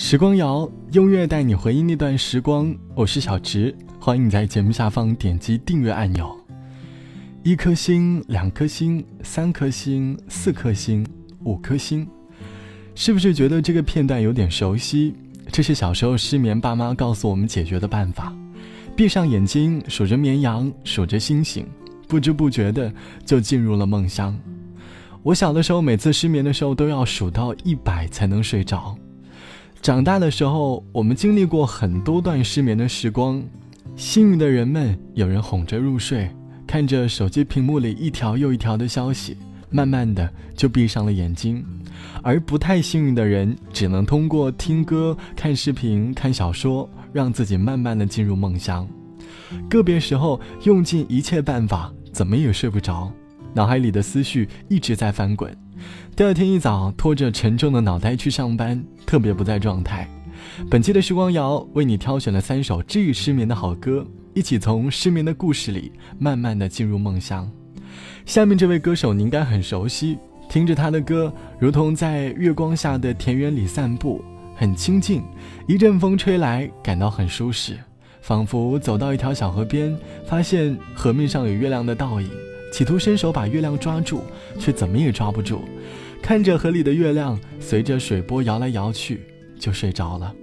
时光谣，音乐带你回忆那段时光，我是小直，欢迎你在节目下方点击订阅按钮。1颗星、2颗星、3颗星、4颗星、5颗星，是不是觉得这个片段有点熟悉？这是小时候失眠爸妈告诉我们解决的办法。闭上眼睛，数着绵羊，数着星星，不知不觉的就进入了梦乡。我小的时候每次失眠的时候都要数到100才能睡着。长大的时候，我们经历过很多段失眠的时光。幸运的人们，有人哄着入睡，看着手机屏幕里一条又一条的消息，慢慢的就闭上了眼睛。而不太幸运的人，只能通过听歌、看视频、看小说，让自己慢慢的进入梦乡。个别时候用尽一切办法，怎么也睡不着，脑海里的思绪一直在翻滚。第二天一早，拖着沉重的脑袋去上班，特别不在状态。本期的时光谣为你挑选了3首治愈失眠的好歌，一起从失眠的故事里慢慢的进入梦乡。下面这位歌手你应该很熟悉，听着他的歌，如同在月光下的田园里散步，很清静，一阵风吹来，感到很舒适，仿佛走到一条小河边，发现河面上有月亮的倒影，企图伸手把月亮抓住，却怎么也抓不住。看着河里的月亮随着水波摇来摇去，就睡着了。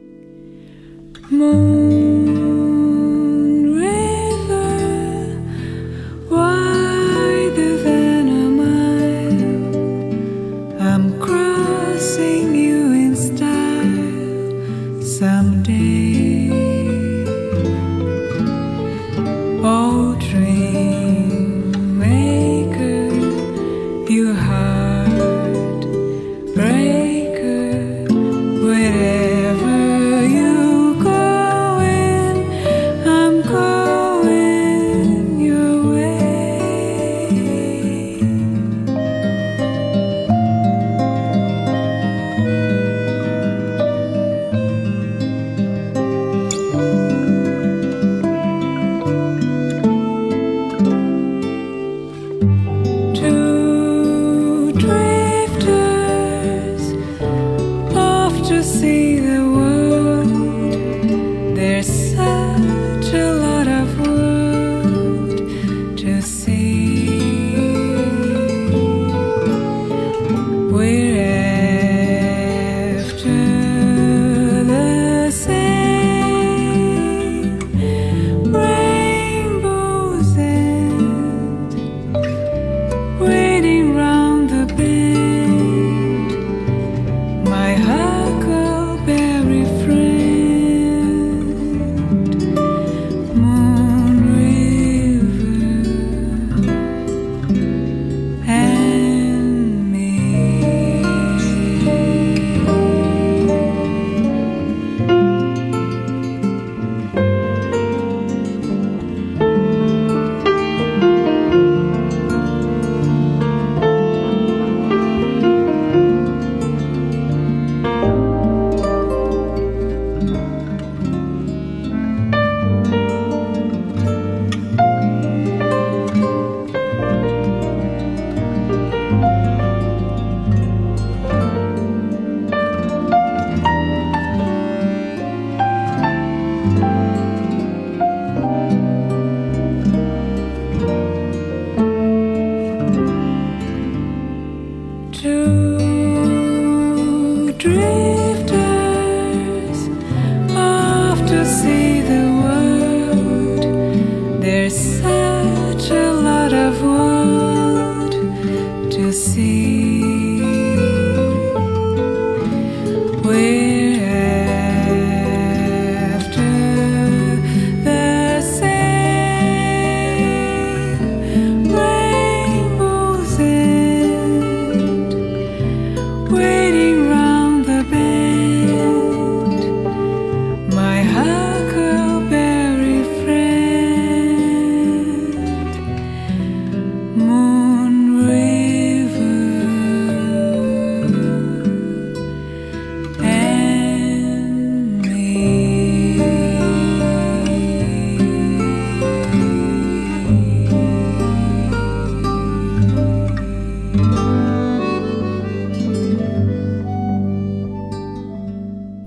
Moon river, wider than a mile, I'm crossing you in style someday. Oh, dream maker, you heartbreaker, wherever you going, I'm going your way. Two drifters off to see the world. There's such a lot of world to see. We're after the same rainbow's end, waiting round the bend, my huckleberry friend. Moon river and me. Two drifters off to see the world. There's such a lot of world to see. We're after the same rainbow's end, waiting round the bend, my huckleberry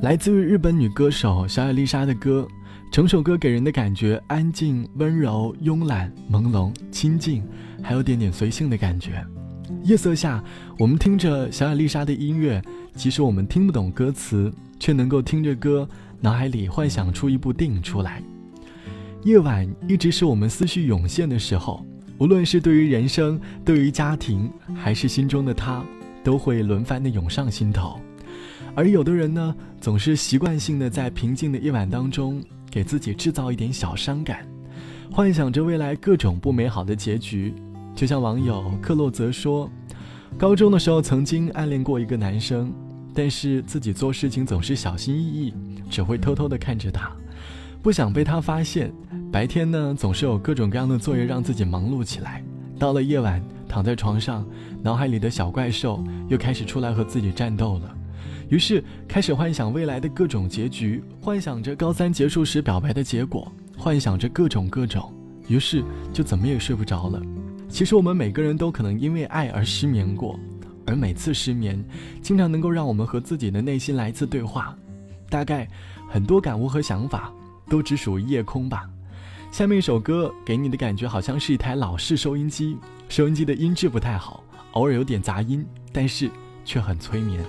来自于日本女歌手小野丽莎的歌，整首歌给人的感觉安静、温柔、慵懒、朦胧、亲近，还有点点随性的感觉。夜色下，我们听着小野丽莎的音乐，即使我们听不懂歌词，却能够听着歌，脑海里幻想出一部电影出来。夜晚一直是我们思绪涌现的时候，无论是对于人生，对于家庭，还是心中的他，都会轮番的涌上心头。而有的人呢，总是习惯性的在平静的夜晚当中，给自己制造一点小伤感，幻想着未来各种不美好的结局。就像网友克洛泽说，高中的时候曾经暗恋过一个男生，但是自己做事情总是小心翼翼，只会偷偷地看着他，不想被他发现。白天呢，总是有各种各样的作业让自己忙碌起来，到了夜晚，躺在床上，脑海里的小怪兽又开始出来和自己战斗了。于是开始幻想未来的各种结局，幻想着高三结束时表白的结果，幻想着各种，于是就怎么也睡不着了。其实我们每个人都可能因为爱而失眠过，而每次失眠经常能够让我们和自己的内心来一次对话，大概很多感悟和想法都只属于夜空吧。下面一首歌给你的感觉好像是一台老式收音机，收音机的音质不太好，偶尔有点杂音，但是却很催眠。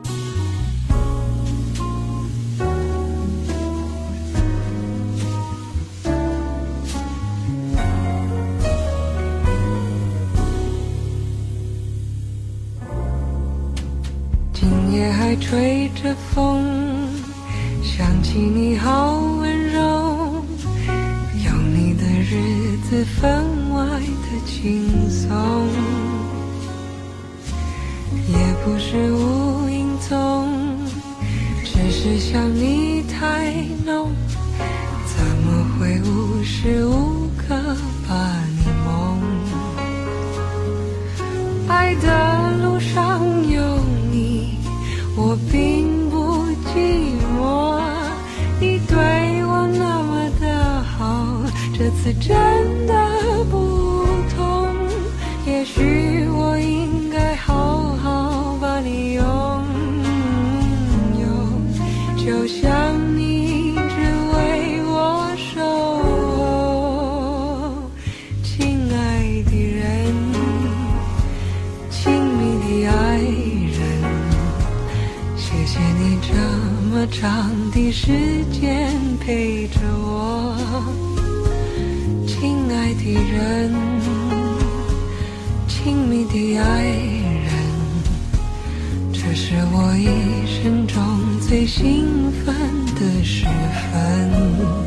今夜还吹着风，想起你好温柔，有你的日子分外的轻松，也不是无影踪，只是想你太浓，怎么会无时无刻把你梦？爱的路上有你，我并不寂寞，你对我那么的好，这次真的不同，也许我应该好好把你拥有，就像你只为我守候。亲爱的人，亲密的爱人，谢谢你这么长的时间陪着我。亲爱的人，亲密的爱人，这是我一生中最兴奋的时分。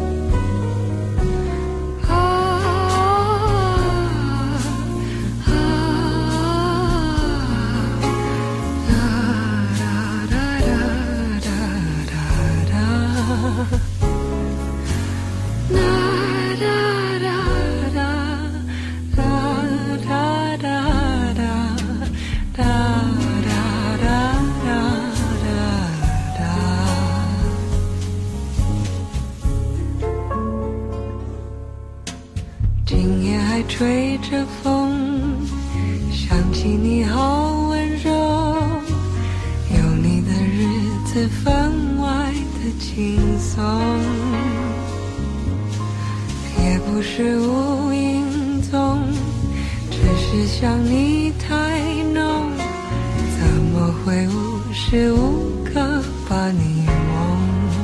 今夜还吹着风，想起你好温柔，有你的日子分外的轻松，也不是无影踪，只是想你太浓，怎么会无时无刻把你梦？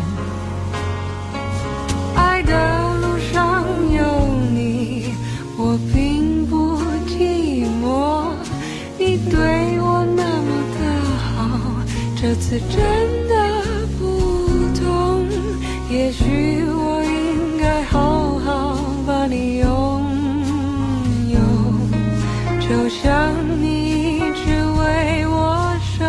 爱的路上有你，我并不寂寞，你对我那么的好，这次真的不同，也许我应该好好把你拥有，就像你只为我守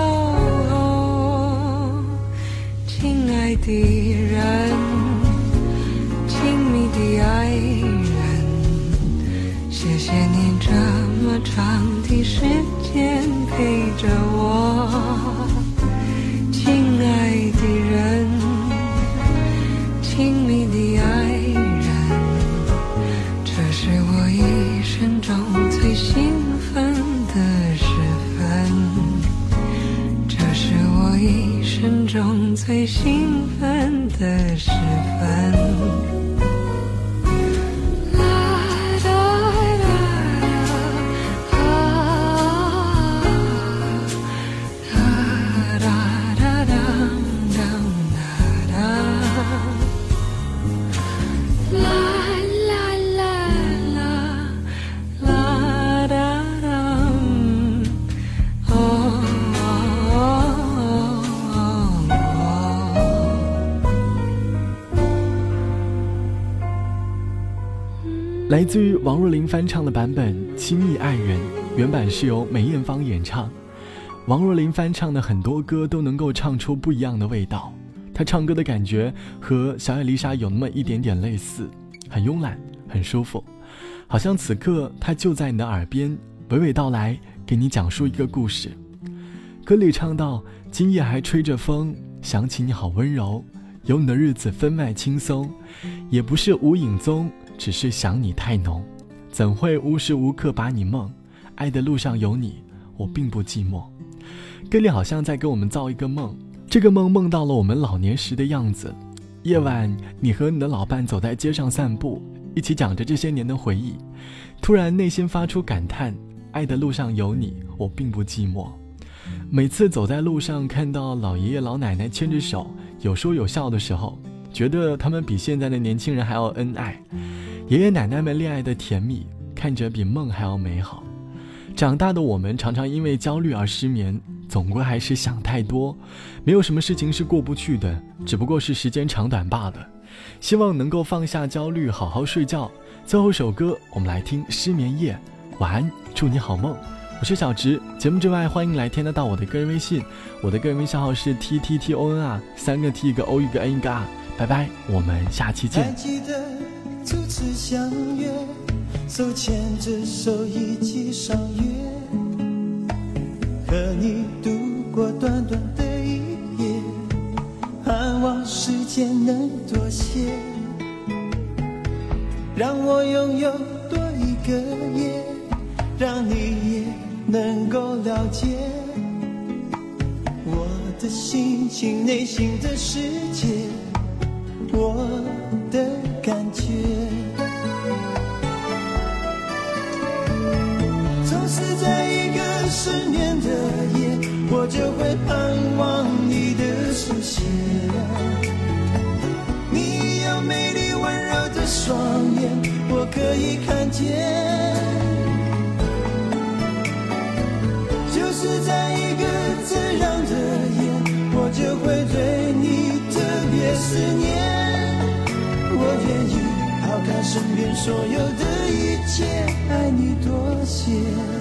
候。亲爱的人，亲密的爱人，谢谢你这么长的时间陪着我。亲爱的人，亲密的爱人，这是我一生中最兴奋的时分，这是我一生中中最兴奋的时分。 来自于王若琳翻唱的版本《亲密爱人》，原版是由梅艳芳演唱。王若琳翻唱的很多歌都能够唱出不一样的味道，她唱歌的感觉和小野丽莎有那么一点点类似，很慵懒，很舒服，好像此刻她就在你的耳边娓娓道来，给你讲述一个故事。歌里唱到，今夜还吹着风，想起你好温柔，有你的日子分外轻松，也不是无影踪，只是想你太浓，怎会无时无刻把你梦，爱的路上有你，我并不寂寞。歌里好像在给我们造一个梦，这个梦梦到了我们老年时的样子。夜晚你和你的老伴走在街上散步，一起讲着这些年的回忆，突然内心发出感叹，爱的路上有你，我并不寂寞。每次走在路上看到老爷爷老奶奶牵着手有说有笑的时候，觉得他们比现在的年轻人还要恩爱，爷爷奶奶们恋爱的甜蜜，看着比梦还要美好。长大的我们常常因为焦虑而失眠，总归还是想太多，没有什么事情是过不去的，只不过是时间长短罢了。希望能够放下焦虑，好好睡觉。最后首歌我们来听失眠夜，晚安，祝你好梦。我是小直，节目之外欢迎来添加到我的个人微信，我的个人微信号是 TTTON 3个 T 一个 O 一个 N 一个 R。拜拜，我们下期见。 还记得初次相约，手牵着手一起赏月，和你度过短短的一夜，盼望时间能多些，让我拥有多一个夜，让你也能够了解我的心情，内心的世界，我的感觉。总是在一个失眠的夜，我就会盼望你的出现。你有美丽温柔的双眼，我可以看见。就是在一个这样的夜，我就会对你特别思念。我愿意抛开身边所有的一切，爱你多些。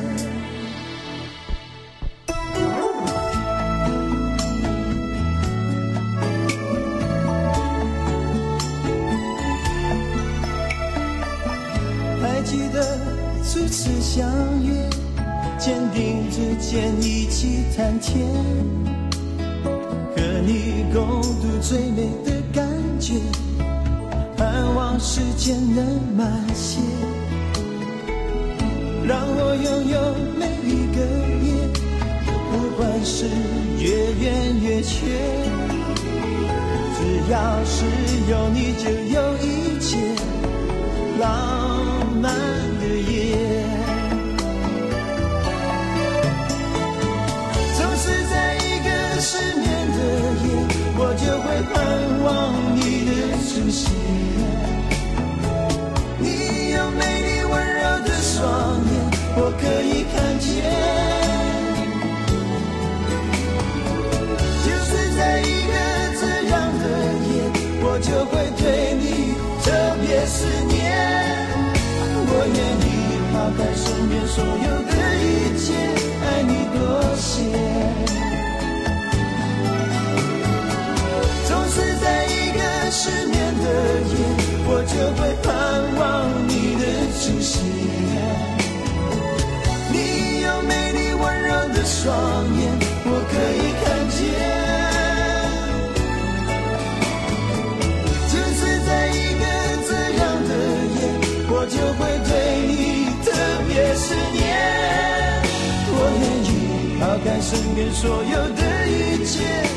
还记得初次相约，肩并着肩一起谈天，和你共度最美的感觉，盼望时间能慢些，让我拥有每一个夜，不管是越圆越缺，只要是有你就有一切浪漫的夜。总是在一个失眠的夜，我就会盼望你的出现。你有美丽温柔的双眼，我可以看见。就是在一个这样的夜，我就会对你特别思念。我愿意抛开身边所有的一切，爱你多些。总是在一个失眠的夜，我就会盼望你的出现。你有美丽温柔的双眼，我可以看见。就是在一个这样的夜，我就会对你特别思念。我愿意抛开身边所有的一切，